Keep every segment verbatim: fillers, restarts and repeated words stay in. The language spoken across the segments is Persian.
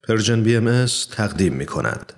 پرژن بی ام اس تقدیم می کند.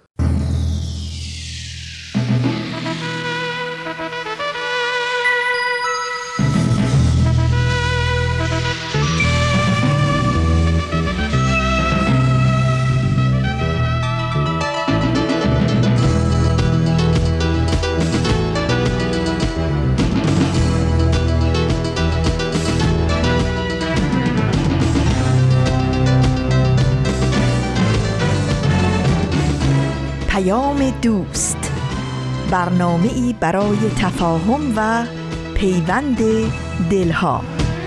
دوست، برنامه‌ای برای تفاهم و پیوند دلها.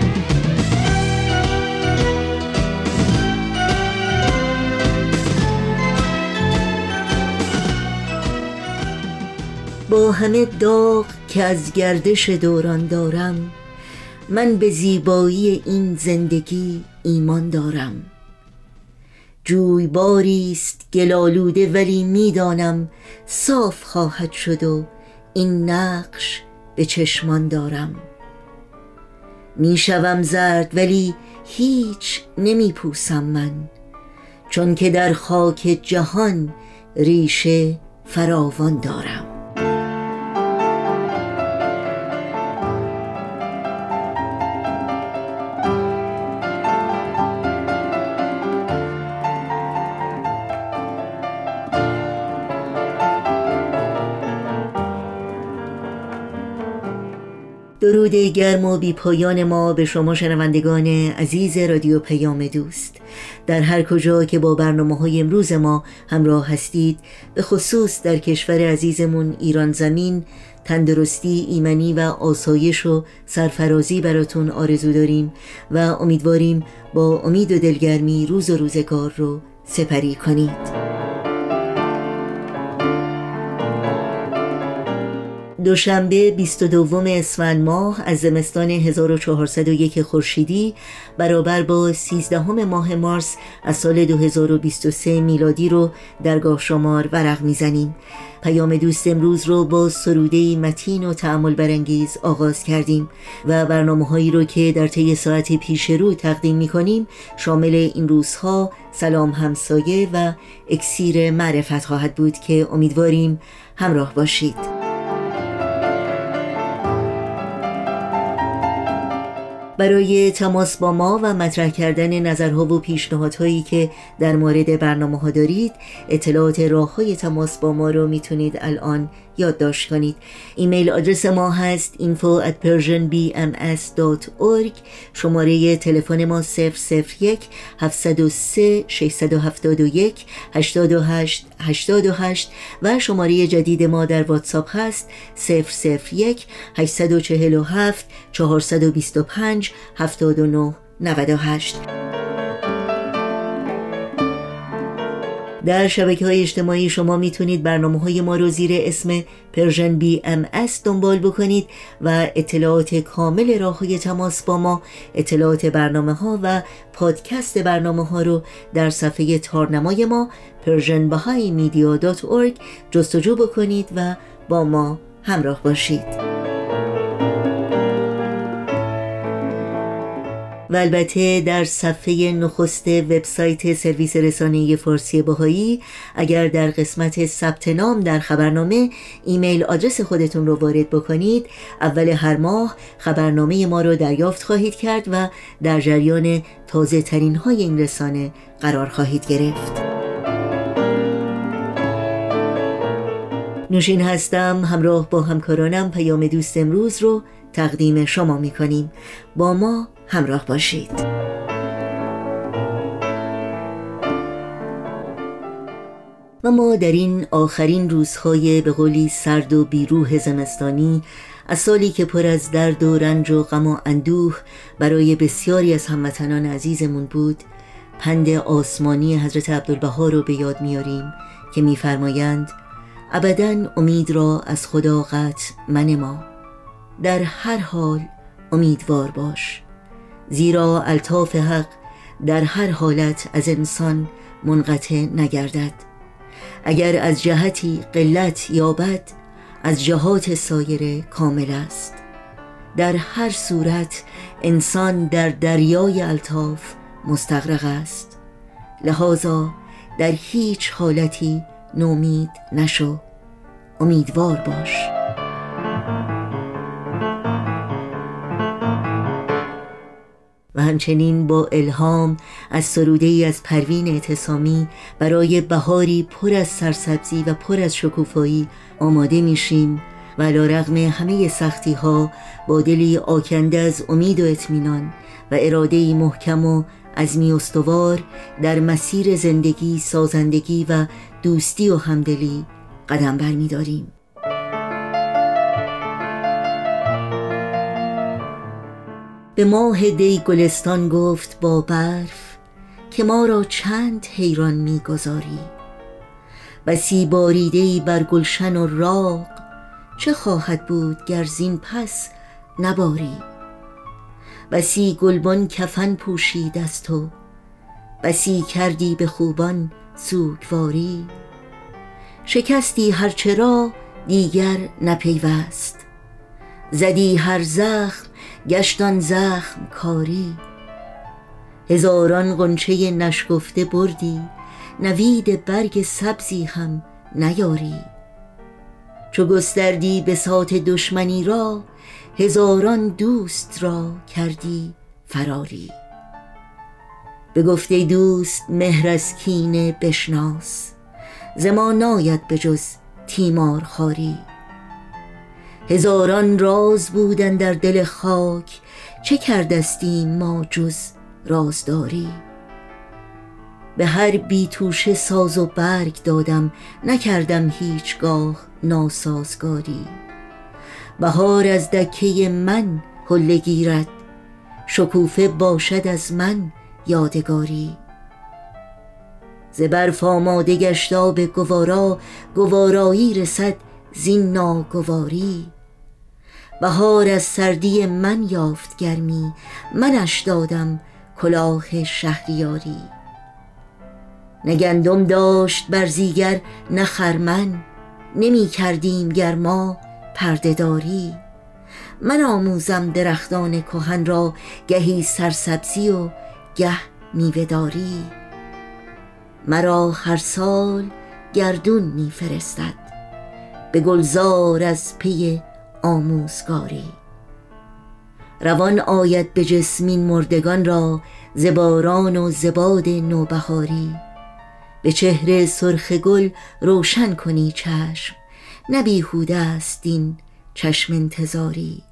با همه داغ که از گردش دوران دارم، من به زیبایی این زندگی ایمان دارم. جویباریست گلالوده ولی میدانم صاف خواهد شد و این نقش به چشمان دارم. میشوم زرد ولی هیچ نمیپوسم من، چون که در خاک جهان ریشه فراوان دارم. درود گرم و بی پایان ما به شما شنوندگان عزیز رادیو پیام دوست، در هر کجا که با برنامه‌های امروز ما همراه هستید، به خصوص در کشور عزیزمون ایران زمین. تندرستی، ایمنی و آسایش و سرفرازی براتون آرزو داریم و امیدواریم با امید و دلگرمی روز و روزگار رو سپری کنید. دوشنبه بیست و دوم اسفند ماه از زمستان هزار و چهارصد و یک خورشیدی برابر با سیزدهم ماه مارس از سال دو هزار و بیست و سه میلادی رو درگاه شمار ورق میزنیم. پیام دوست امروز رو با سروده‌ای متین و تأمل برانگیز آغاز کردیم و برنامه‌هایی رو که در طی ساعت پیش رو تقدیم می‌کنیم شامل این روزها، سلام همسایه و اکسیر معرفت خواهد بود که امیدواریم همراه باشید. برای تماس با ما و مطرح کردن نظرها و پیشنهادهایی که در مورد برنامه ها دارید، اطلاعات راههای تماس با ما رو میتونید الان یادداشت کنید. ایمیل آدرس ما هست info at persian b m s dot org. شماره تلفن ما صفر صفر یک هفت صفر سه شش هفت یک هشت هشت هشت هشت و شماره جدید ما در واتساپ هست صفر صفر یک هشت چهار هفت چهار دو پنج هفت نه نه هشت. در شبکه‌های اجتماعی شما میتونید برنامه‌های ما رو زیر اسم پرژن بی ام اس دنبال بکنید و اطلاعات کامل راه‌های تماس با ما، اطلاعات برنامه‌ها و پادکست برنامه‌ها رو در صفحه تارنمای ما پرژن بهایی مدیا دات اورگ جستجو بکنید و با ما همراه باشید. و البته در صفحه نخست وبسایت سرویس رسانه‌ای فارسی بهایی، اگر در قسمت ثبت نام در خبرنامه ایمیل آدرس خودتون رو وارد بکنید، اول هر ماه خبرنامه ما رو دریافت خواهید کرد و در جریان تازه ترین های این رسانه قرار خواهید گرفت. نوشین هستم، همراه با همکارانم پیام دوست امروز رو تقدیم شما می‌کنیم. با ما همراه باشید. و ما در این آخرین روزهای به قولی سرد و بیروح زمستانی از سالی که پر از درد و رنج و غم و اندوه برای بسیاری از هموطنان عزیزمون بود، پند آسمانی حضرت عبدالبها رو به یاد میاریم که میفرمایند ابداً امید را از خدا قطع منما، در هر حال امیدوار باش، زیرا الطاف حق در هر حالت از انسان منقطع نگردد. اگر از جهتی قلت یابد، از جهات سایر کامل است. در هر صورت انسان در دریای الطاف مستغرق است. لذا در هیچ حالتی نومید نشو، امیدوار باش. و همچنین با الهام از سروده‌ای از پروین اعتصامی برای بهاری پر از سرسبزی و پر از شکوفایی آماده میشیم و علی‌رغم همه سختی ها با دلی آکنده از امید و اطمینان و اراده‌ای محکم و عزمی استوار در مسیر زندگی، سازندگی و دوستی و همدلی قدم برمی‌داریم. به ماه دی گلستان گفت با برف که ما را چند حیران می‌گذاری. بسی باریده‌ای بر گلشن و راغ، چه خواهد بود گر زین پس نباری. بسی گلبن کفن پوشید از تو، بسی کردی به خوبان سوگواری. شکستی هرچه را دیگر نپیوست، زدی هر زخم گشت آن زخم کاری. هزاران غنچه نشکفته بردی، نوید برگ سبزی هم نیاری. چو گستردی بساط دشمنی را، هزاران دوست را کردی فراری. به گفته دوست مهر از کینه بشناس، ز ما ناید به جز تیمار خواری. هزاران راز بودن در دل خاک، چه کردستیم ما جز رازداری. به هر بی توشه ساز و برگ دادم، نکردم هیچگاه ناسازگاری. بهار از دکه من حله گیرد، شکوفه باشد از من یادگاری. ز برف آماده گشت آب گوارا، گوارایی رسد زین ناگواری. بهار از سردی من یافت گرمی، منش دادم کلاه شهریاری. نه گندم داشت برزیگر نه خرمن، نمی کردیم گرما پرده داری. من آموزم درختان کهن را، گهی سرسبزی و گه میوه داری. مرا هر سال گردون می فرستد، به گلزار از پی آموزگاری. روان آید به جسمین مردگان را، ز باران و ز باد نوبهاری. به چهره سرخ گل روشن کنی چشم، نه بیهوده است این چشم انتظاری.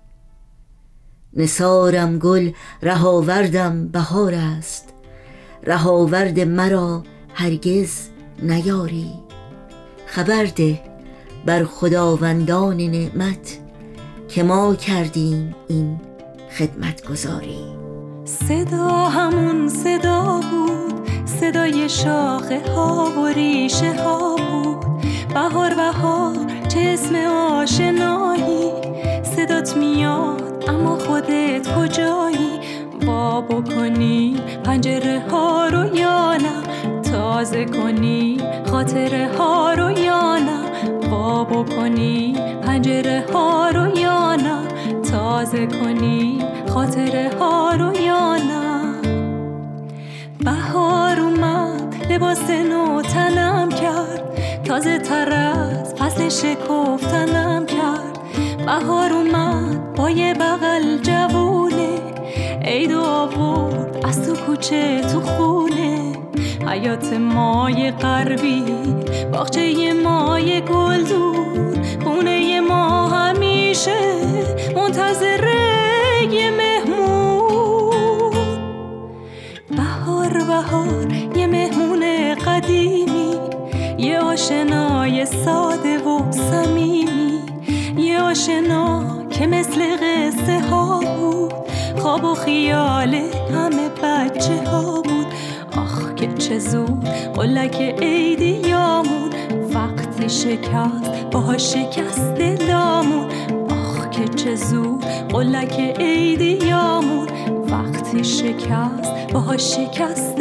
نثارم گل رهاوردم بهار است، رهاورد مرا هرگز نیاری. خبر ده بر خداوندان نعمت، که ما کردیم این خدمت گذاری. صدا همون صدا بود، صدای شاخه ها و ریشه ها بود. بهار بهار چه اسم آشنایی، صدات میاد اما خودت کجایی. وا بکنی پنجره ها رو یا نه، تازه کنی خاطره ها رو یا نه. وا بکنی پنجره ها رو یا نه، تازه کنی خاطره ها رو یا نه. بهار اومد لباس نو تنم کرد، تازه تر از فصل شکفتنم کرد. بهار اومد با یه بغل جوونه، عید آورد از تو کوچه تو خونه. حیات مای غربی، باغچه مای گلدون، خونه ما همیشه منتظره یه مهمون. بهار بهار یه مهمون قدیمی، یه آشنای ساده و صمیمی. یه آشنا که مثل قصه ها بود، خواب و خیال همه بچه ها بود. آخ که چه زود قلک عیدیامون، وقتی شکست با شکست دلامون. آخ که چه زود قلک عیدیامون، وقتی شکست با شکست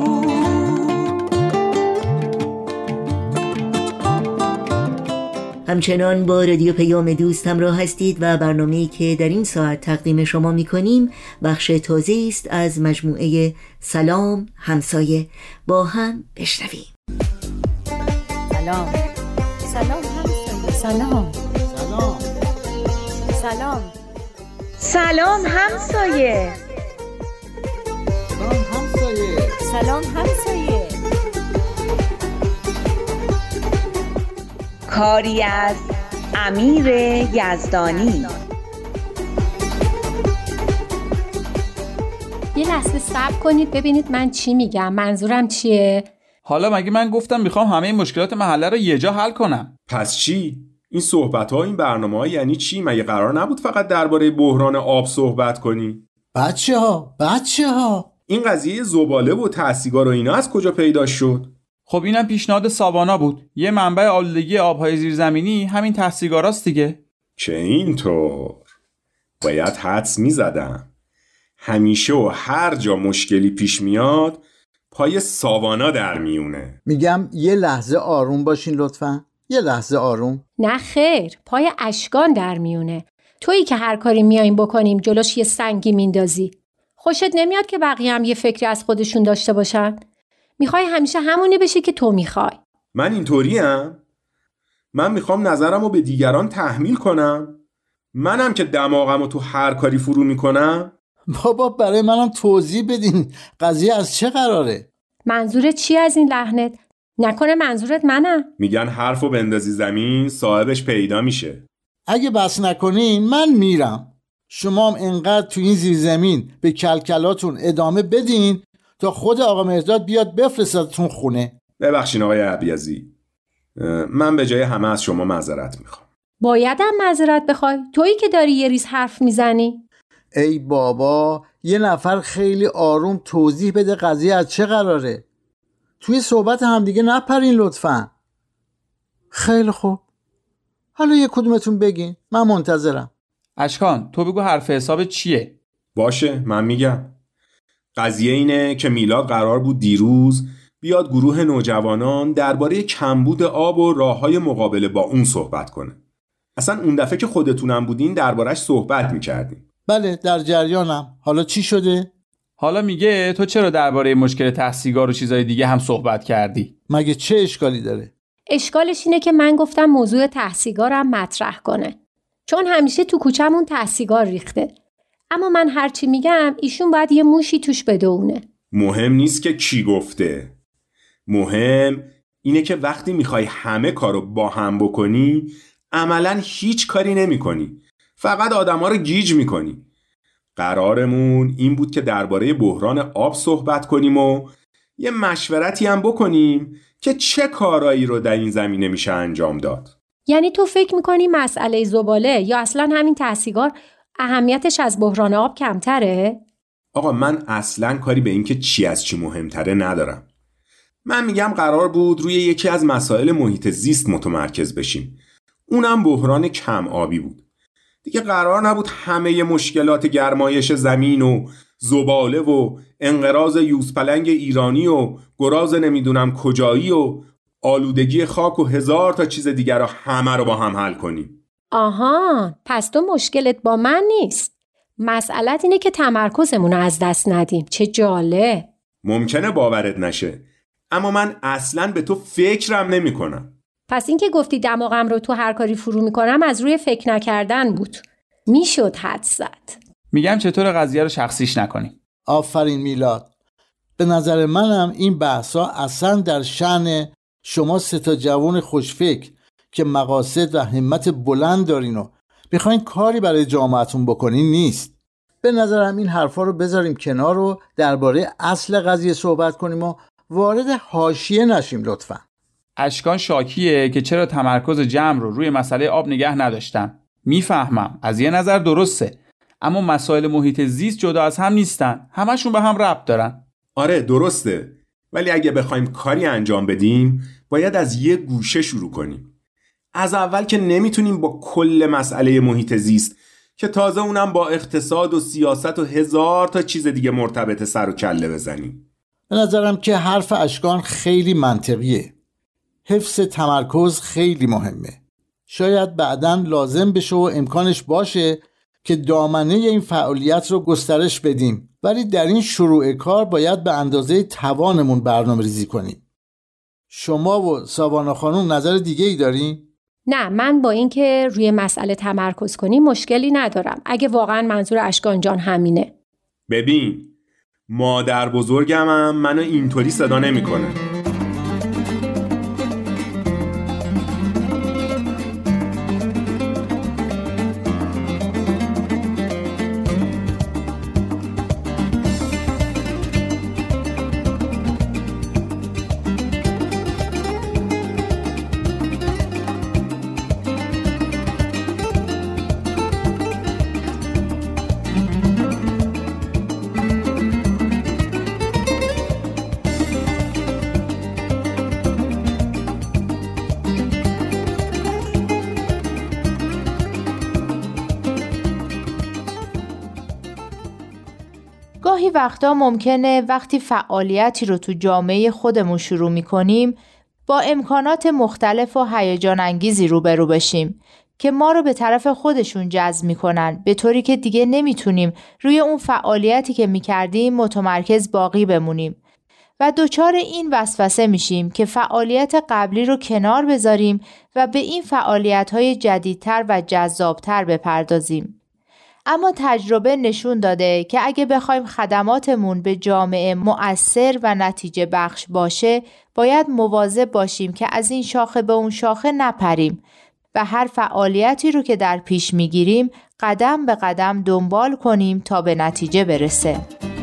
دلامون. همچنان با رادیو پیام دوست همراه هستید و برنامه‌ای که در این ساعت تقدیم شما می‌کنیم بخش تازه‌ای است از مجموعه سلام همسایه. با هم بشنویم. سلام سلام همسایه. سلام سلام سلام سلام همسایه. سلام همسایه. سلام همسایه. کاری از امیر یزدانی. یه لحظه صبر کنید ببینید من چی میگم، منظورم چیه. حالا مگه من گفتم میخوام همه مشکلات محله رو یه جا حل کنم؟ پس چی؟ این صحبت‌ها، این برنامه‌ها یعنی چی؟ مگه قرار نبود فقط درباره بحران آب صحبت کنی؟ بچه‌ها بچه‌ها این قضیه زباله و تحصیگار و اینا از کجا پیدا شد؟ خب اینم پیشنهاد ساوانا بود. یه منبع آلودگی آبهای زیرزمینی همین تحصیگاراست دیگه. چه اینطور؟ باید حدس می‌زدم. همیشه و هر جا مشکلی پیش میاد پای ساوانا در میونه. میگم یه لحظه آروم باشین لطفاً. یه لحظه آروم. نه خیر، پای اشکان در میونه. تویی که هر کاری میاییم بکنیم جلوش یه سنگی میندازی. خوشت نمیاد که بقیه هم یه فکری از خودشون داشته باشن؟ میخوای همیشه همونی بشی که تو میخوای. من اینطوریم؟ من میخوام نظرمو به دیگران تحمیل کنم؟ منم که دماغمو تو هر کاری فرو میکنم؟ بابا برای منم توضیح بدین قضیه از چه قراره؟ منظورت چی از این لحنت؟ نکنه منظورت منم؟ میگن حرفو بندازی زمین صاحبش پیدا میشه. اگه بس نکنین من میرم. شما هم انقدر تو این زیرزمین به کلکلاتون ادامه بدین تا خود آقا مهرداد بیاد بفرستتون خونه. ببخشین آقای عبیزی، من به جای همه از شما معذرت میخوام. بایدم معذرت بخوای؟ تویی که داری یه ریز حرف میزنی؟ ای بابا، یه نفر خیلی آروم توضیح بده قضیه از چه قراره. توی صحبت همدیگه نپرین لطفاً. خیلی خوب، حالا یه کدومتون بگین، من منتظرم. اشکان تو بگو حرف حساب چیه؟ باشه من میگم. قضیه اینه که میلاد قرار بود دیروز بیاد گروه نوجوانان درباره کمبود آب و راههای مقابله با اون صحبت کنه. اصلا اون دفعه که خودتونم بودین دربارش صحبت میکردیم. بله در جریانم. حالا چی شده؟ حالا میگه تو چرا درباره مشکل تحصیلگار و چیزای دیگه هم صحبت کردی؟ مگه چه اشکالی داره؟ اشکالش اینه که من گفتم موضوع تحصیلگارم مطرح کنه. چون همیشه تو کوچمون تحصیلگار ریخته. اما من هرچی میگم ایشون باید یه موشی توش بدونه. مهم نیست که کی گفته. مهم اینه که وقتی میخوای همه کارو با هم بکنی عملاً هیچ کاری نمی کنی. فقط آدما رو گیج میکنی. قرارمون این بود که درباره بحران آب صحبت کنیم و یه مشورتی هم بکنیم که چه کارایی رو در این زمینه میشه انجام داد. یعنی تو فکر میکنی مسئله زباله یا اصلا همین تحصیلگار اهمیتش از بحران آب کمتره؟ آقا من اصلا کاری به این که چی از چی مهمتره ندارم. من میگم قرار بود روی یکی از مسائل محیط زیست متمرکز بشیم. اونم بحران کم آبی بود. دیگه قرار نبود همه مشکلات گرمایش زمین و زباله و انقراض یوزپلنگ ایرانی و گراز نمیدونم کجایی و آلودگی خاک و هزار تا چیز دیگر رو همه رو با هم حل کنیم. آها، پس تو مشکلت با من نیست. مسئلت اینه که تمرکزمون رو از دست ندیم. چه جالب. ممکنه باورت نشه، اما من اصلاً به تو فکرم نمی کنم. پس این که گفتی دماغم رو تو هر کاری فرو میکنم از روی فکر نکردن بود. میشد حد زد. میگم چطور قضیه رو شخصیش نکنیم. آفرین میلاد. به نظر منم این بحثا اصلا در شأن شما سه تا جوان خوشفکر که مقاصد و همت بلند دارین و بخواین کاری برای جامعتون بکنین نیست. به نظرم این حرفا رو بذاریم کنار و درباره اصل قضیه صحبت کنیم و وارد حاشیه نشیم لطفاً. اشکان شاکیه که چرا تمرکز جمع رو روی مسئله آب نگه نداشتم. میفهمم از یه نظر درسته، اما مسائل محیط زیست جدا از هم نیستن، همشون به هم ربط دارن. آره درسته، ولی اگه بخوایم کاری انجام بدیم باید از یه گوشه شروع کنیم. از اول که نمیتونیم با کل مسئله محیط زیست که تازه اونم با اقتصاد و سیاست و هزار تا چیز دیگه مرتبط سر و کله بزنیم. به نظرم که حرف اشکان خیلی منطقیه. حفظ تمرکز خیلی مهمه. شاید بعداً لازم بشه و امکانش باشه که دامنه این فعالیت رو گسترش بدیم، ولی در این شروع کار باید به اندازه توانمون برنامه ریزی کنیم. شما و ساوانا خانم نظر دیگه ای دارین؟ نه، من با اینکه روی مسئله تمرکز کنیم مشکلی ندارم، اگه واقعا منظور اشکان جان همینه. ببین، مادر بزرگمم منو اینطوری صدا نمیکنه. گاهی وقتا ممکنه وقتی فعالیتی رو تو جامعه خودمون شروع می‌کنیم با امکانات مختلف و هیجان انگیزی روبرو بشیم که ما رو به طرف خودشون جذب می‌کنن، به طوری که دیگه نمیتونیم روی اون فعالیتی که می‌کردیم متمرکز باقی بمونیم و دچار این وسوسه میشیم که فعالیت قبلی رو کنار بذاریم و به این فعالیت‌های جدیدتر و جذابتر بپردازیم. اما تجربه نشون داده که اگه بخوایم خدماتمون به جامعه مؤثر و نتیجه بخش باشه، باید مواظب باشیم که از این شاخه به اون شاخه نپریم و هر فعالیتی رو که در پیش میگیریم قدم به قدم دنبال کنیم تا به نتیجه برسه.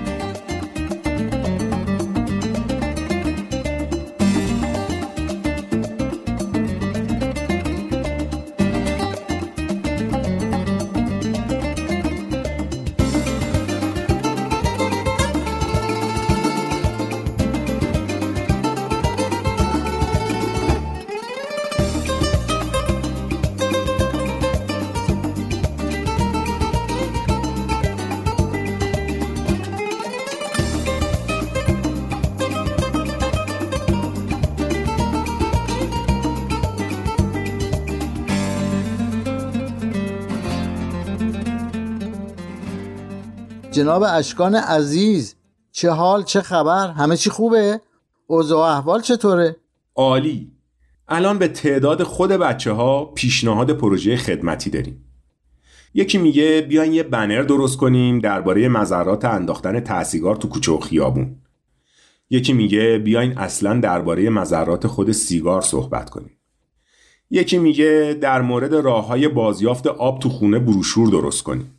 جناب اشکان عزیز، چه حال، چه خبر؟ همه چی خوبه؟ اوضاع و احوال چطوره؟ عالی. الان به تعداد خود بچه ها پیشنهاد پروژه خدمتی داریم. یکی میگه بیاین یه بنر درست کنیم درباره مضرات انداختن تعصیگار تو کوچه و خیابون. یکی میگه بیاین اصلاً درباره مضرات خود سیگار صحبت کنیم. یکی میگه در مورد راههای بازیافت آب تو خونه بروشور درست کنیم.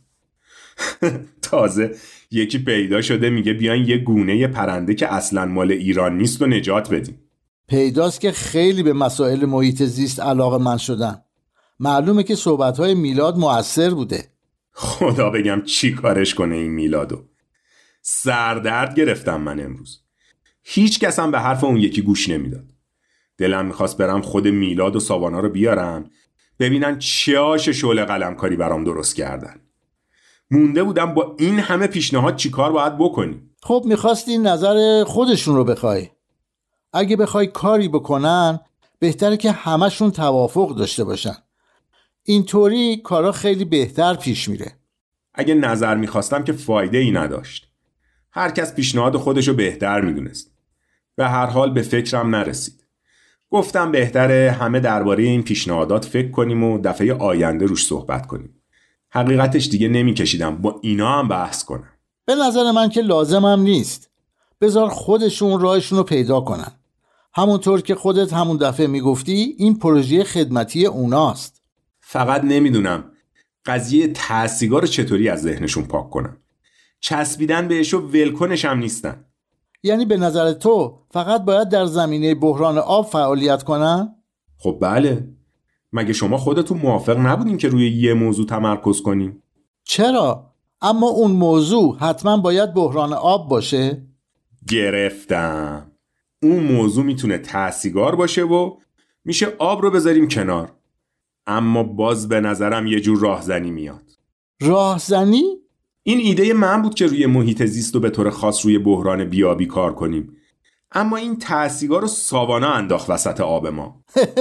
تازه یکی پیدا شده میگه بیاین یه گونه پرنده که اصلاً مال ایران نیست و نجات بدیم. پیداست که خیلی به مسائل محیط زیست علاقه من شدن. معلومه که صحبت‌های میلاد مؤثر بوده. خدا بگم چی کارش کنه این میلادو. سردرد گرفتم من امروز. هیچ کس هم به حرف اون یکی گوش نمیداد. دلم میخواست برم خود میلاد و ساوانا رو بیارم ببینن چه آش شعله قلمکاری برام درست کردن. مونده بودم با این همه پیشنهاد چی کار باید بکنیم. خب میخواستی نظر خودشون رو بخوای. اگه بخوای کاری بکنن بهتره که همشون توافق داشته باشن. اینطوری کارا خیلی بهتر پیش میره. اگه نظر میخواستم که فایده ای نداشت. هر کس پیشنهاد خودشو بهتر میدونست. به هر حال به فکرم نرسید. گفتم بهتره همه درباره این پیشنهادات فکر کنیم و دفعه آینده روش صحبت کنیم. حقیقتش دیگه نمیکشیدم با اینا هم بحث کنم. به نظر من که لازمم نیست. بذار خودشون راهشون رو پیدا کنن. همونطور که خودت همون دفعه میگفتی این پروژه خدمتی اوناست. فقط نمیدونم قضیه تعصیگار رو چطوری از ذهنشون پاک کنم. چسبیدن بهش و ولکنش هم نیستن. یعنی به نظر تو فقط باید در زمینه بحران آب فعالیت کنن؟ خب بله. مگه شما خودتون موافق نبودین که روی یه موضوع تمرکز کنیم؟ چرا؟ اما اون موضوع حتما باید بحران آب باشه؟ گرفتم. اون موضوع میتونه تعصیگار باشه و میشه آب رو بذاریم کنار. اما باز به نظرم یه جور راهزنی میاد. راهزنی؟ این ایده من بود که روی محیط زیست و به طور خاص روی بحران بیابی کار کنیم. اما این تعصیگار رو ساوانا انداخت وسط آب ما.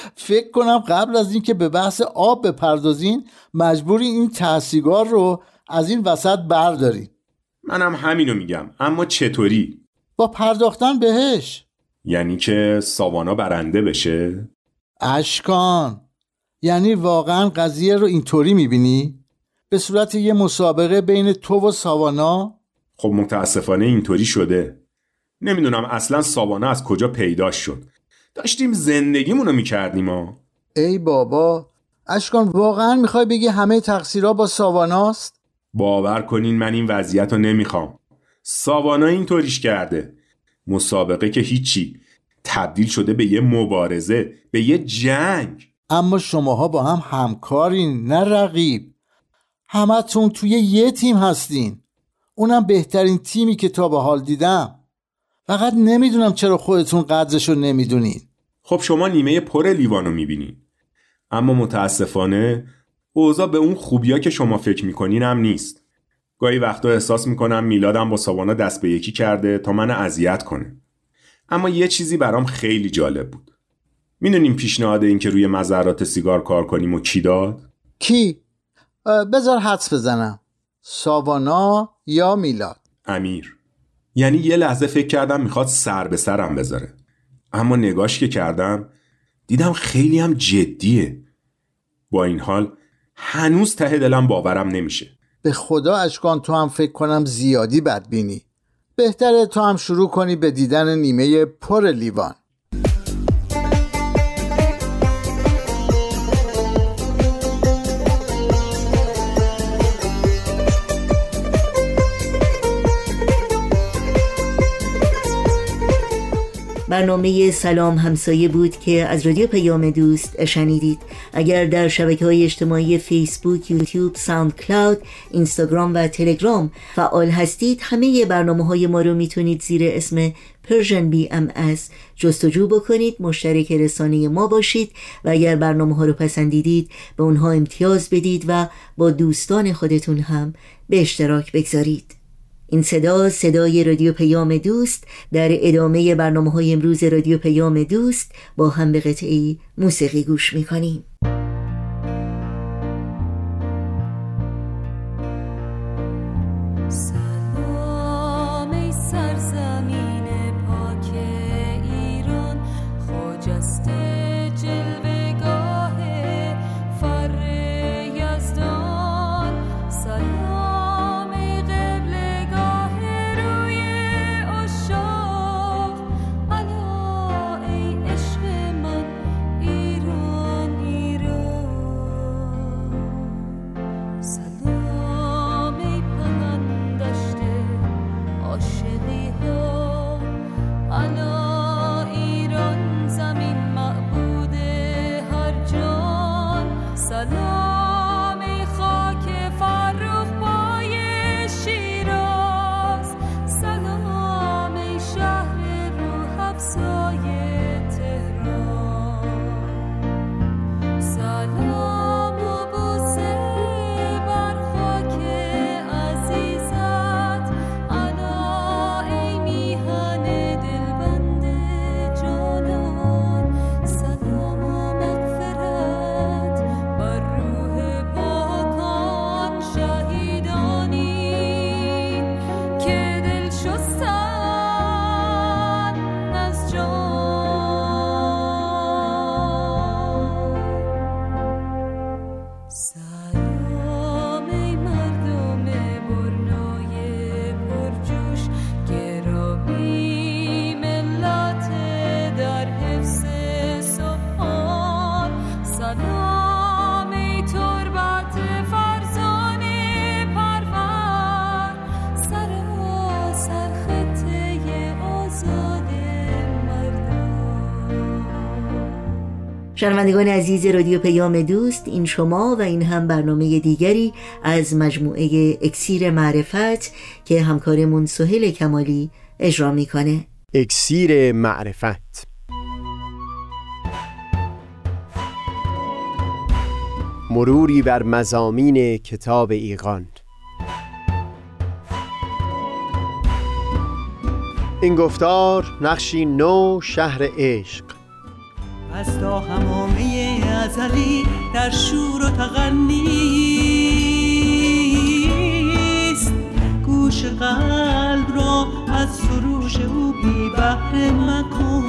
فکر کنم قبل از اینکه به بحث آب بپردازین مجبوری این ته سیگار رو از این وسط بردارین. منم همینو میگم، اما چطوری؟ با پرداختن بهش. یعنی که ساوانا برنده بشه؟ اشکان، یعنی واقعا قضیه رو اینطوری میبینی؟ به صورت یه مسابقه بین تو و ساوانا؟ خب متاسفانه اینطوری شده. نمیدونم اصلا ساوانا از کجا پیداش شد. داشتیم زندگیمونو میکردیم ها. ای بابا، اشکان واقعا میخوای بگی همه تقصیرها با ساواناست؟ باور کنین من این وضعیت رو نمیخوام. ساوانا اینطوریش کرده. مسابقه که هیچی، تبدیل شده به یه مبارزه، به یه جنگ. اما شماها با هم همکارین، نه رقیب. همتون توی یه تیم هستین، اونم بهترین تیمی که تا به حال دیدم. فقط نمیدونم چرا خودتون قدرشو نمیدونین. خب شما نیمه پر لیوانو میبینین، اما متاسفانه اوضاع به اون خوبیا که شما فکر میکنین هم نیست. گاهی وقتا احساس میکنم میلادم با ساوانا دست به یکی کرده تا من اذیت کنه. اما یه چیزی برام خیلی جالب بود. میدونیم پیشنهاد این که روی مزرعات سیگار کار کنیم و کی داد؟ کی؟ بذار حدس بزنم. ساوانا یا میلاد؟ امیر. یعنی یه لحظه فکر کردم میخواد سر به سرم بذاره، اما نگاش که کردم دیدم خیلی هم جدیه. با این حال هنوز ته دلم باورم نمیشه. به خدا اشکان تو هم فکر کنم زیادی بدبینی. بهتره تو هم شروع کنی به دیدن نیمه پر لیوان. برنامه سلام همسایه بود که از رادیو پیام دوست شنیدید. اگر در شبکه‌های اجتماعی فیسبوک، یوتیوب، ساوند کلاود، اینستاگرام و تلگرام فعال هستید، همه برنامه‌های ما رو میتونید زیر اسم پرژن بی ام اس جستجو بکنید، مشترک رسانه ما باشید و اگر برنامه‌ها رو پسندیدید به اونها امتیاز بدید و با دوستان خودتون هم به اشتراک بگذارید. این صدا صدای رادیو پیام دوست. در ادامه برنامه‌های امروز رادیو پیام دوست با هم به قطعی موسیقی گوش می‌کنیم. سلام ای سرزمین پاک ایران، خجسته جلوه‌گاه فر یزدان. سلام شنوندگان عزیز رادیو پیام دوست، این شما و این هم برنامه دیگری از مجموعه اکسیر معرفت که همکارمون سهیل کمالی اجرا میکنه. اکسیر معرفت، مروری بر مضامین کتاب ایقان. این گفتار نقشی نو شهر عشق، از تا همامه ازلی در شور و تغنیست. گوش قلب را از سروش او بی بهره مکن.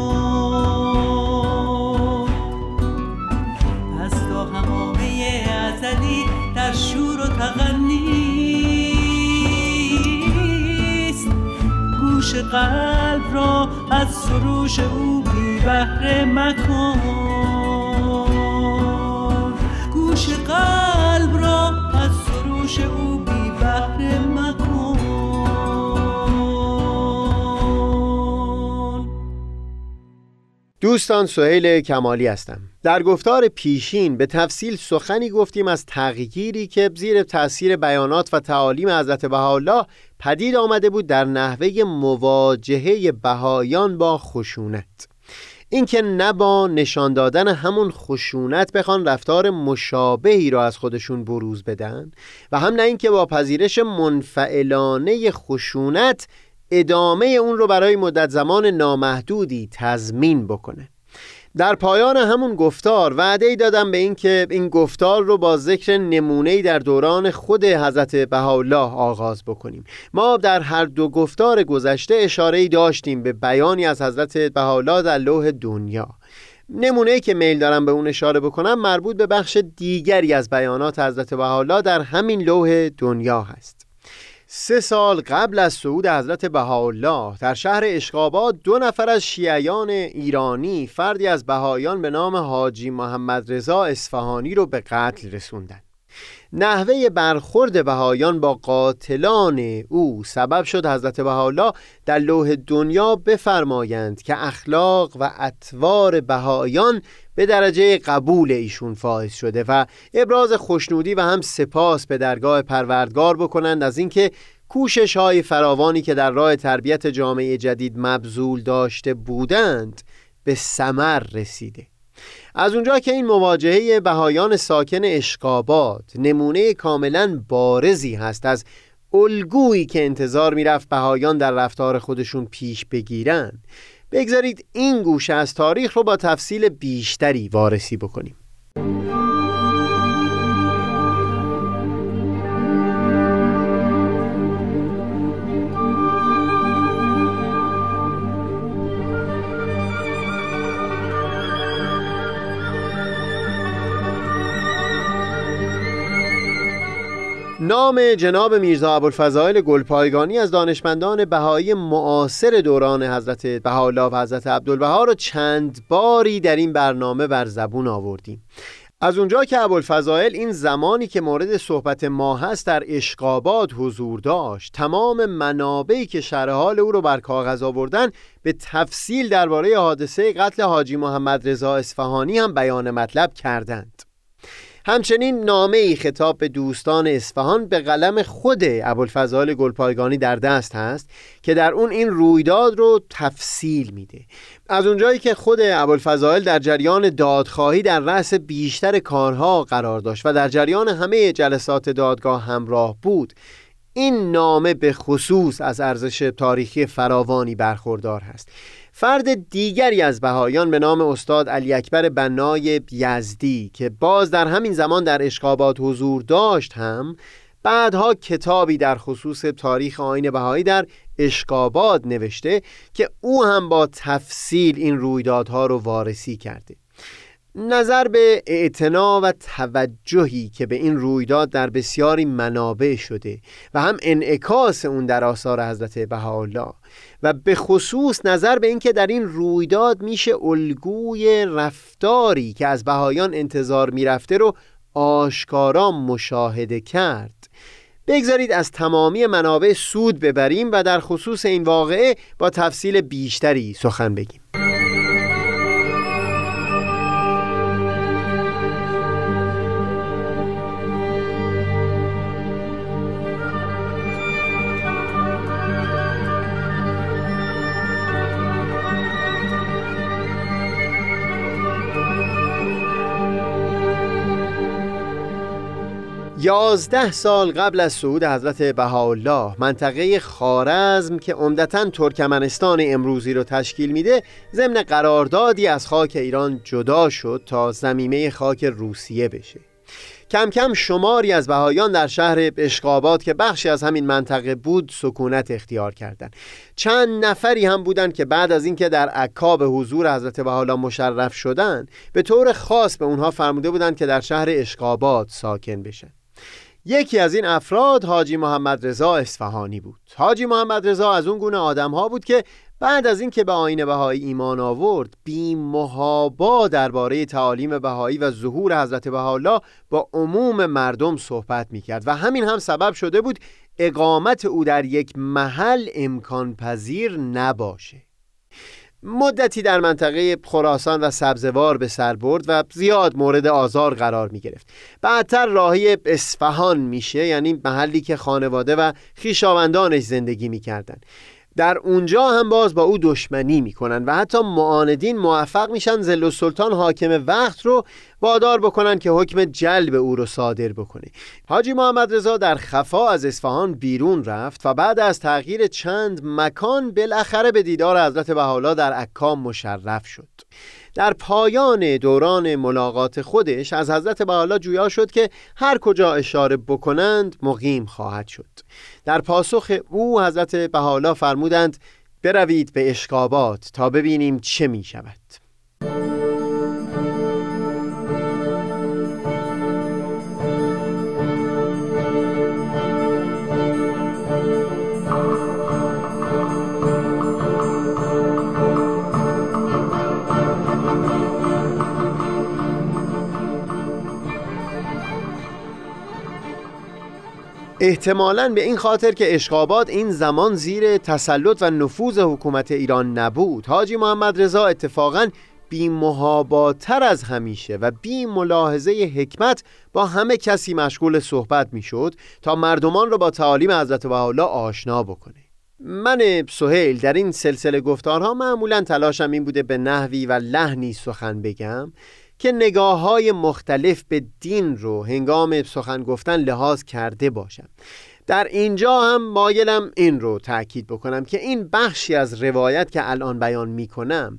از تا همامه ازلی در شور و تغنیست. گوش قلب را از سروش او بی بهره مکن. گوش قلب را از سروش او بی بهره مکن. دوستان، سهیل کمالی هستم. در گفتار پیشین به تفصیل سخنی گفتیم از تغییری که زیر تأثیر بیانات و تعالیم حضرت بهاءالله پدید آمده بود در نحوه مواجهه بهایان با خشونت. این که نه با نشان دادن همون خشونت بخوان رفتار مشابهی را از خودشون بروز بدن و هم نه این که با پذیرش منفعلانه خشونت ادامه اون رو برای مدت زمان نامحدودی تضمین بکنه. در پایان همون گفتار وعده‌ای دادم به این که این گفتار رو با ذکر نمونه‌ای در دوران خود حضرت بهاءالله آغاز بکنیم. ما در هر دو گفتار گذشته اشاره‌ای داشتیم به بیانی از حضرت بهاءالله در لوح دنیا. نمونه‌ای که میل دارم به اون اشاره بکنم مربوط به بخش دیگری از بیانات حضرت بهاءالله در همین لوح دنیا هست. سه سال قبل از صعود حضرت بهاءالله در شهر اشقاباد دو نفر از شیعیان ایرانی فردی از بهایان به نام حاجی محمد رضا اصفهانی رو به قتل رسوندن. نحوه برخورد بهایان با قاتلان او سبب شد حضرت بهاءالله در لوح دنیا بفرمایند که اخلاق و اطوار بهایان به درجه قبول ایشون فائز شده و ابراز خوشنودی و هم سپاس به درگاه پروردگار بکنند از اینکه کوشش های فراوانی که در راه تربیت جامعه جدید مبذول داشته بودند به ثمر رسیده. از اونجا که این مواجهه بهایان ساکن اشقاباد نمونه کاملا بارزی هست از الگویی که انتظار میرفت بهایان در رفتار خودشون پیش بگیرن، بگذارید این گوشه از تاریخ رو با تفصیل بیشتری وارسی بکنیم. نام جناب میرزا ابوالفضائل گلپایگانی از دانشمندان بهایی معاصر دوران حضرت بهاءالله و حضرت عبدالبها را چند باری در این برنامه بر زبون آوردیم. از اونجا که ابوالفضائل این زمانی که مورد صحبت ما هست در اشقاباد حضور داشت، تمام منابعی که شرح حال او رو بر کاغذ آوردن به تفصیل درباره حادثه قتل حاجی محمد رضا اصفهانی هم بیان مطلب کردند. همچنین نامه‌ای خطاب به دوستان اصفهان به قلم خود ابوالفضائل گلپایگانی در دست هست که در اون این رویداد رو تفصیل میده. از اونجایی که خود ابوالفضائل در جریان دادخواهی در رأس بیشتر کارها قرار داشت و در جریان همه جلسات دادگاه همراه بود، این نامه به خصوص از ارزش تاریخی فراوانی برخوردار هست. فرد دیگری از بهایان به نام استاد علی اکبر بنای یزدی که باز در همین زمان در اشقاباد حضور داشت هم بعدها کتابی در خصوص تاریخ آیین بهایی در اشقاباد نوشته که او هم با تفصیل این رویدادها رو وارسی کرده. نظر به اعتنا و توجهی که به این رویداد در بسیاری منابع شده و هم انعکاس اون در آثار حضرت بهاءالله و به خصوص نظر به این که در این رویداد میشه الگوی رفتاری که از بهایان انتظار میرفته رو آشکارا مشاهده کرد، بگذارید از تمامی منابع سود ببریم و در خصوص این واقعه با تفصیل بیشتری سخن بگیم. یازده سال قبل از صعود حضرت بهاءالله منطقه خوارزم که عمدتاً ترکمنستان امروزی رو تشکیل میده ضمن قراردادی از خاک ایران جدا شد تا ضمیمه خاک روسیه بشه. کم کم شماری از بهائیان در شهر اشقاباد که بخشی از همین منطقه بود سکونت اختیار کردند. چند نفری هم بودند که بعد از اینکه در عکا به حضور حضرت بهاءالله مشرف شدند به طور خاص به اونها فرموده بودند که در شهر اشقاباد ساکن بشن. یکی از این افراد حاجی محمد رضا اصفهانی بود. حاجی محمد رضا از اون گونه آدم‌ها بود که بعد از اینکه به آیین بهایی ایمان آورد بی محابا درباره تعالیم بهایی و ظهور حضرت بهاءالله با عموم مردم صحبت می‌کرد و همین هم سبب شده بود اقامت او در یک محل امکان پذیر نباشه. مدتی در منطقه خراسان و سبزوار به سر برد و زیاد مورد آزار قرار می گرفت. بعدتر راهی اصفهان میشه، یعنی محلی که خانواده و خویشاوندانش زندگی می کردن. در اونجا هم باز با او دشمنی میکنن و حتی معاندین موفق میشن ظل السلطان حاکم وقت رو وادار بکنن که حکم جلب او رو صادر بکنه. حاجی محمد رضا در خفا از اصفهان بیرون رفت و بعد از تغییر چند مکان بالاخره به دیدار حضرت بهاءالله در عکا مشرف شد. در پایان دوران ملاقات خودش از حضرت بهاءالله جویا شد که هر کجا اشاره بکنند مقیم خواهد شد. در پاسخ او حضرت بهاءالله فرمودند بروید به اشقاباد تا ببینیم چه می شود. احتمالاً به این خاطر که اشقاباد این زمان زیر تسلط و نفوذ حکومت ایران نبود، حاجی محمد رضا اتفاقاً بی محاباتر از همیشه و بی ملاحظه حکمت با همه کسی مشغول صحبت می شد تا مردمان را با تعالیم حضرت بهاءالله آشنا بکنه. من سهیل در این سلسله گفتارها معمولاً تلاشم این بوده به نحوی و لحنی سخن بگم که نگاه‌های مختلف به دین رو هنگام سخن گفتن لحاظ کرده باشم. در اینجا هم مایلم این رو تأکید بکنم که این بخشی از روایت که الان بیان می‌کنم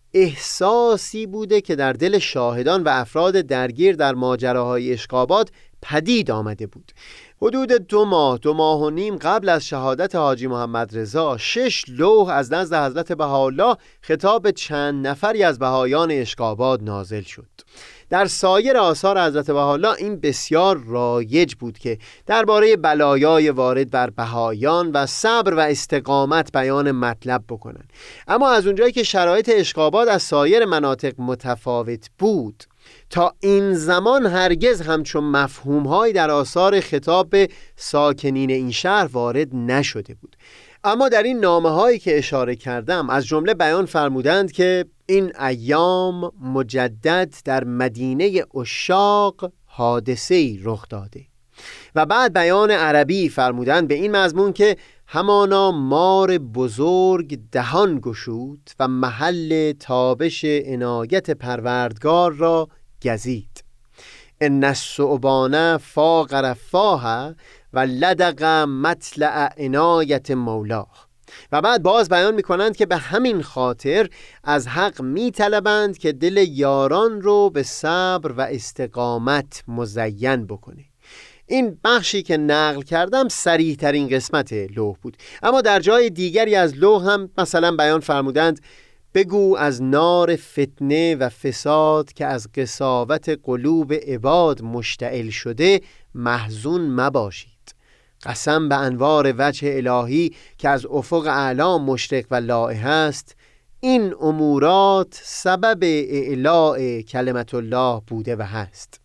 احساسی بوده که در دل شاهدان و افراد درگیر در ماجراهای اشقاباد پدید آمده بود. حدود دو ماه دو ماه و نیم قبل از شهادت حاجی محمد رضا شش لوح از نزد حضرت بهاءالله خطاب چند نفری از بهایان اشقاباد نازل شد. در سایر آثار حضرت بهاءالله این بسیار رایج بود که درباره بلایای وارد بر بهایان و صبر و استقامت بیان مطلب بکنن. اما از اونجایی که شرایط اشقاباد از سایر مناطق متفاوت بود، تا این زمان هرگز همچون مفهوم‌هایی در آثار خطاب به ساکنین این شهر وارد نشده بود. اما در این نامه‌هایی که اشاره کردم از جمله بیان فرمودند که این ایام مجدد در مدینه عشاق حادثه‌ای رخ داده و بعد بیان عربی فرمودند به این مضمون که همانا مار بزرگ دهان گشود و محل تابش عنایت پروردگار را گزید. ان الثعبان فاق رفاها و لدغ مطلع عنایت مولاه. و بعد باز بیان میکنند که به همین خاطر از حق میطلبند که دل یاران رو به صبر و استقامت مزین بکنه. این بخشی که نقل کردم صریح ترین قسمت لوح بود، اما در جای دیگری از لوح هم مثلا بیان فرمودند بگو از نار فتنه و فساد که از قساوت قلوب عباد مشتعل شده محزون مباشید. قسم به انوار وجه الهی که از افق اعلی مشرق و لائح است، این امورات سبب اعلاء کلمت الله بوده و هست.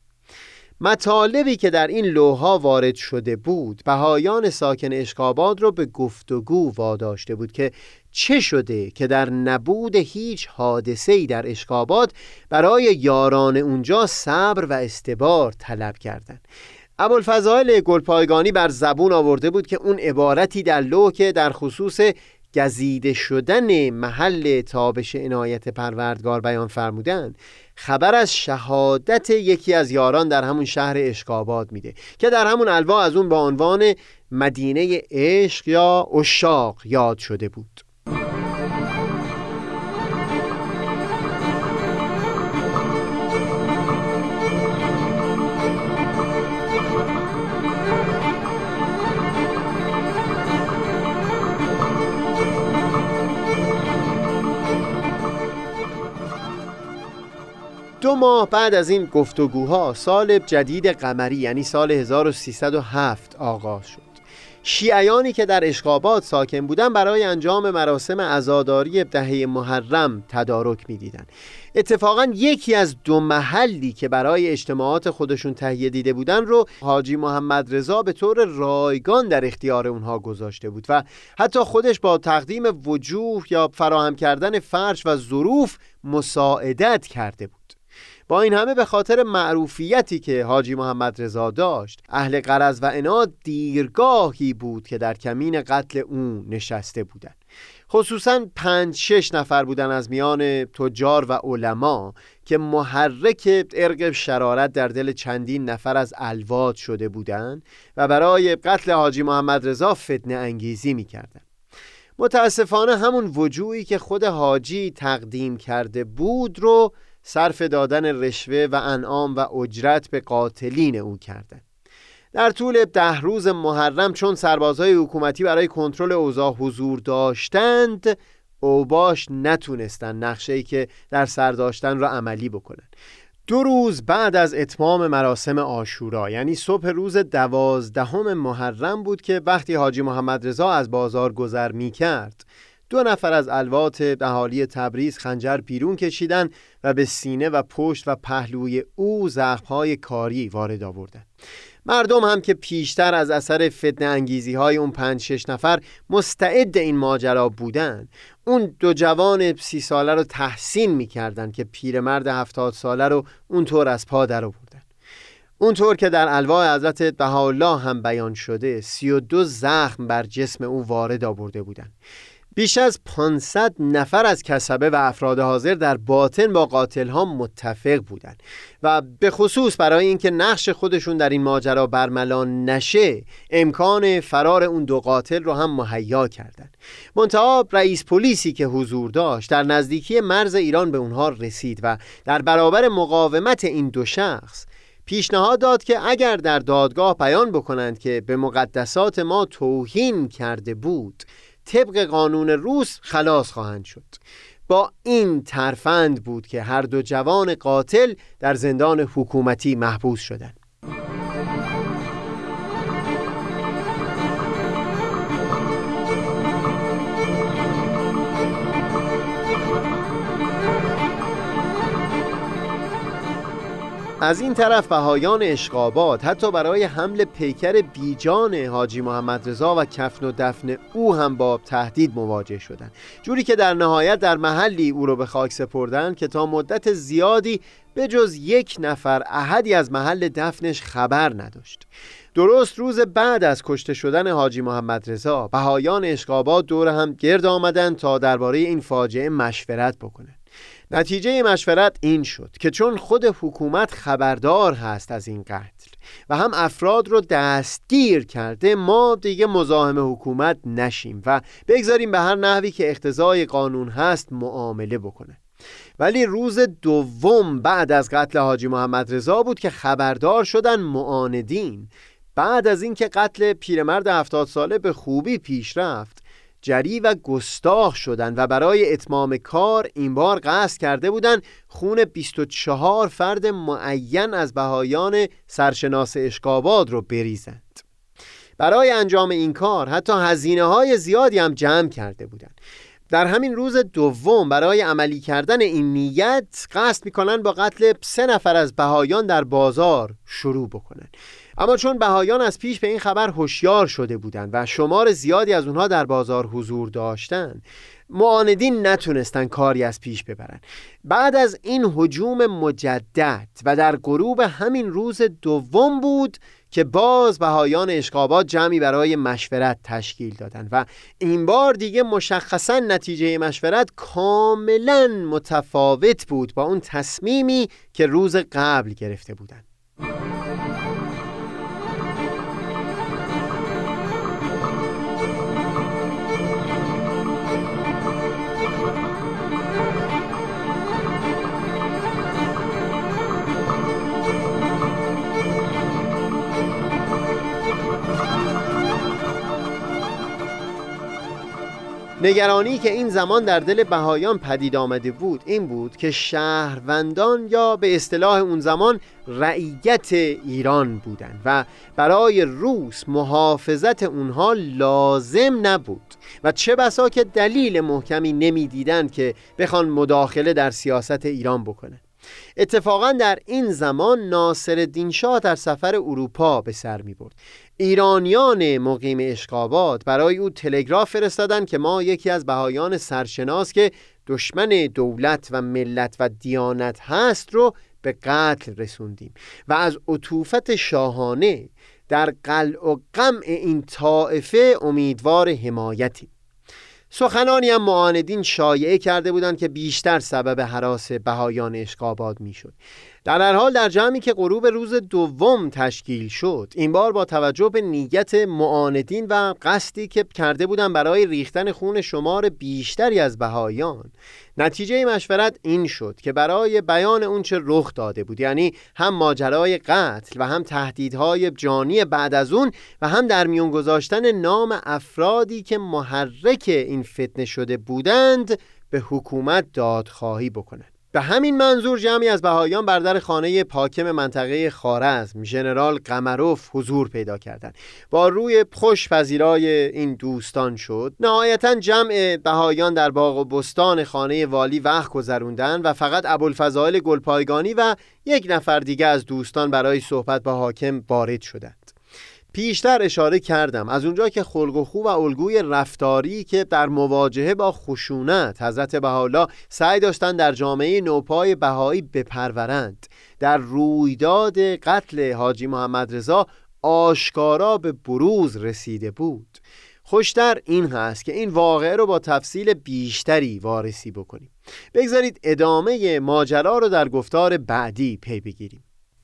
مطالبی که در این لوح‌ها وارد شده بود بهایان ساکن اشقاباد رو به گفتگو واداشته بود که چه شده که در نبود هیچ حادثه‌ای در اشقاباد برای یاران اونجا صبر و استبار طلب کردند. ابوالفضائل گلپایگانی بر زبون آورده بود که اون عبارتی در لوح که در خصوص گزیده شدن محل تابش عنایت پروردگار بیان فرمودند، خبر از شهادت یکی از یاران در همون شهر اشکاباد میده که در همون الوا از اون با عنوان مدینه عشق یا عشاق یاد شده بود. دو ماه بعد از این گفتگوها سال جدید قمری یعنی سال هزار و سیصد و هفت آغاز شد. شیعیانی که در اشقاباد ساکن بودن برای انجام مراسم عزاداری دهه محرم تدارک می‌دیدند. اتفاقا یکی از دو محلی که برای اجتماعات خودشون تهیه دیده بودن رو حاجی محمد رضا به طور رایگان در اختیار اونها گذاشته بود و حتی خودش با تقدیم وجوه یا فراهم کردن فرش و ظروف مساعدت کرده بود. با این همه به خاطر معروفیتی که حاجی محمد رضا داشت، اهل غرض و عناد دیرگاهی بود که در کمین قتل اون نشسته بودند. خصوصاً پنج شش نفر بودن از میان تجار و علما که محرک ارق شرارت در دل چندین نفر از الواد شده بودند و برای قتل حاجی محمد رضا فتنه انگیزی می‌کردند. متاسفانه همون وجوهی که خود حاجی تقدیم کرده بود رو صرف دادن رشوه و انعام و اجرت به قاتلین او کردند. در طول ده روز محرم چون سربازهای حکومتی برای کنترل اوضاع حضور داشتند، اوباش نتونستن نقشه‌ای که در سر داشتن را عملی بکنن. دو روز بعد از اتمام مراسم عاشورا یعنی صبح روز دوازدهم محرم بود که وقتی حاجی محمد رضا از بازار گذر می کرد، دو نفر از الوات اهالی تبریز خنجر بیرون کشیدن و به سینه و پشت و پهلوی او زخم‌های کاری وارد آوردند. مردم هم که پیشتر از اثر فتنه انگیزی های اون پنج شش نفر مستعد این ماجرا بودن، اون دو جوان سی ساله رو تحسین می‌کردن که پیرمرد هفتاد ساله رو اونطور از پا در آوردن. اونطور که در الواح حضرت بهاءالله هم بیان شده، سی و دو زخم بر جسم او وارد آورده بودن. بیش از پانصد نفر از کسبه و افراد حاضر در باطن با قاتل ها متفق بودند و به خصوص برای اینکه نقش خودشون در این ماجرا برملا نشه امکان فرار اون دو قاتل رو هم مهیا کردند. منتها رئیس پلیسی که حضور داشت در نزدیکی مرز ایران به اونها رسید و در برابر مقاومت این دو شخص پیشنهاد داد که اگر در دادگاه بیان بکنند که به مقدسات ما توهین کرده بود، طبق قانون روس خلاص خواهند شد. با این ترفند بود که هر دو جوان قاتل در زندان حکومتی محبوس شدند. از این طرف بهایان اشقاباد حتی برای حمل پیکر بیجان حاجی محمد رضا و کفن و دفن او هم با تهدید مواجه شدند، جوری که در نهایت در محلی او رو به خاک سپردن که تا مدت زیادی به جز یک نفر احدی از محل دفنش خبر نداشت. درست روز بعد از کشته شدن حاجی محمد رضا، بهایان اشقاباد دور هم گرد آمدن تا درباره این فاجعه مشورت بکنن. نتیجه مشورت این شد که چون خود حکومت خبردار هست از این قتل و هم افراد رو دستگیر کرده، ما دیگه مزاحم حکومت نشیم و بگذاریم به هر نحوی که اقتضای قانون هست معامله بکنه. ولی روز دوم بعد از قتل حاجی محمد رضا بود که خبردار شدن معاندین بعد از اینکه قتل پیرمرد هفتاد ساله به خوبی پیش رفت، جری و گستاخ شدند و برای اتمام کار این بار قصد کرده بودند خون بیست و چهار فرد معین از بهایان سرشناس اشقاباد رو بریزند. برای انجام این کار حتی هزینه های زیادی هم جمع کرده بودند. در همین روز دوم برای عملی کردن این نیت قصد میکنن با قتل سه نفر از بهایان در بازار شروع بکنن. اما چون بهایان از پیش به این خبر هوشیار شده بودند و شمار زیادی از اونها در بازار حضور داشتند، معاندین نتونستن کاری از پیش ببرن. بعد از این هجوم مجدد و در غروب همین روز دوم بود که باز بهایان اشقاباد جمعی برای مشورت تشکیل دادند و این بار دیگه مشخصاً نتیجه مشورت کاملاً متفاوت بود با اون تصمیمی که روز قبل گرفته بودند. نگرانی که این زمان در دل بهایان پدید آمده بود این بود که شهروندان یا به اصطلاح اون زمان رعیت ایران بودند و برای روس محافظت اونها لازم نبود و چه بسا که دلیل محکمی نمیدیدند که بخوان مداخله در سیاست ایران بکنند. اتفاقا در این زمان ناصرالدین شاه در سفر اروپا به سر می برد. ایرانیان مقیم اشقاباد برای او تلگراف فرستادند که ما یکی از بهایان سرشناس که دشمن دولت و ملت و دیانت هست رو به قتل رسوندیم و از عطوفت شاهانه در قلع و قمع این طائفه امیدوار حمایتیم. سخنانی هم معاندین شایعه کرده بودند که بیشتر سبب هراس بهایان اشقاباد می شد. در هر حال در جمعی که غروب روز دوم تشکیل شد این بار با توجه به نیت معاندین و قصدی که کرده بودند برای ریختن خون شمار بیشتری از بهایان، نتیجه مشورت این شد که برای بیان اون چه رخ داده بود، یعنی هم ماجرای قتل و هم تهدیدهای جانی بعد از اون و هم در میون گذاشتن نام افرادی که محرک این فتنه شده بودند، به حکومت دادخواهی بکنند. به همین منظور جمعی از بهایان بر در خانه حاکم منطقه خوارزم ژنرال قمروف حضور پیدا کردند. با روی خوش پذیرای این دوستان شد. نهایتاً جمع بهایان در باغ و بستان خانه والی وقت گذروندند و فقط ابوالفضائل گلپایگانی و یک نفر دیگه از دوستان برای صحبت با حاکم وارد شدند. پیشتر اشاره کردم از اونجا که خلق و خو و الگوی رفتاری که در مواجهه با خشونت حضرت بهاءالله سعی داشتن در جامعه نوپای بهایی بپرورند، در رویداد قتل حاجی محمد رضا آشکارا به بروز رسیده بود. خوشتر این هست که این واقعه رو با تفصیل بیشتری وارسی بکنیم. بگذارید ادامه ماجرا رو در گفتار بعدی پی بگیریم.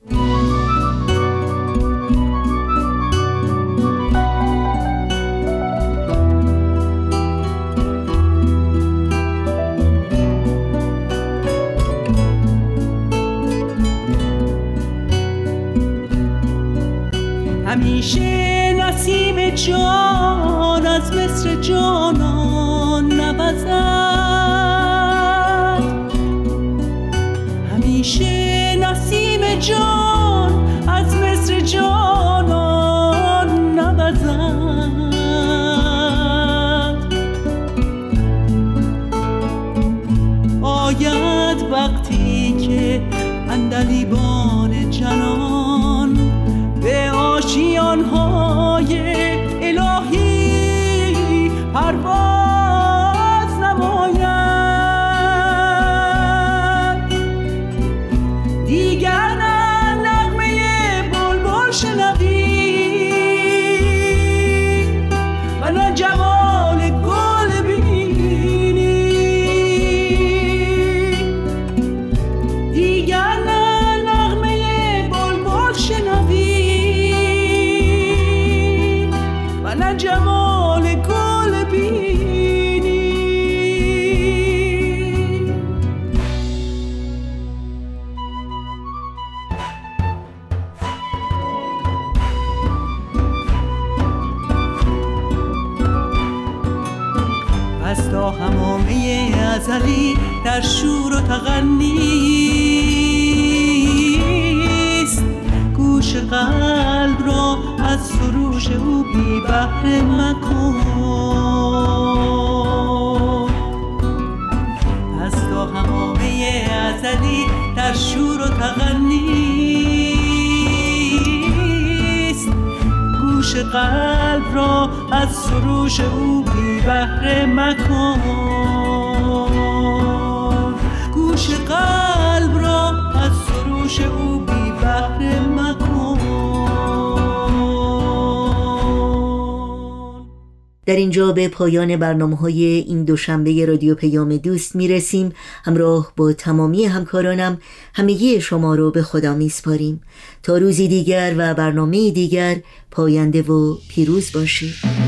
همیشه نسیم جان از مصر جانان نوزد، همیشه نسیم جان از مصر جانان نوزد. آید وقتی که عندلیبان جنان به آشیان‌های الهی پرواز نماید، دیگر نه نغمه بلبل شنوی و نه جمال گل بینی، دیگر نه نغمه بلبل شنوی نه جمال گل بینی. از تا همامه ازلی در شور و تغنیست، گوش قلب را از سروش او بی بهره مکن. از تا همامه ازلی در شور و تغنیست، گوش قلب را از سروش او بی بهره مکن. گوش قلب را از سروش او بی بهره مکن. در اینجا به پایان برنامه‌های این دوشنبه رادیو پیام دوست میرسیم. همراه با تمامی همکارانم همگی شما رو به خدا میسپاریم تا روزی دیگر و برنامه دیگر پاینده و پیروز باشید.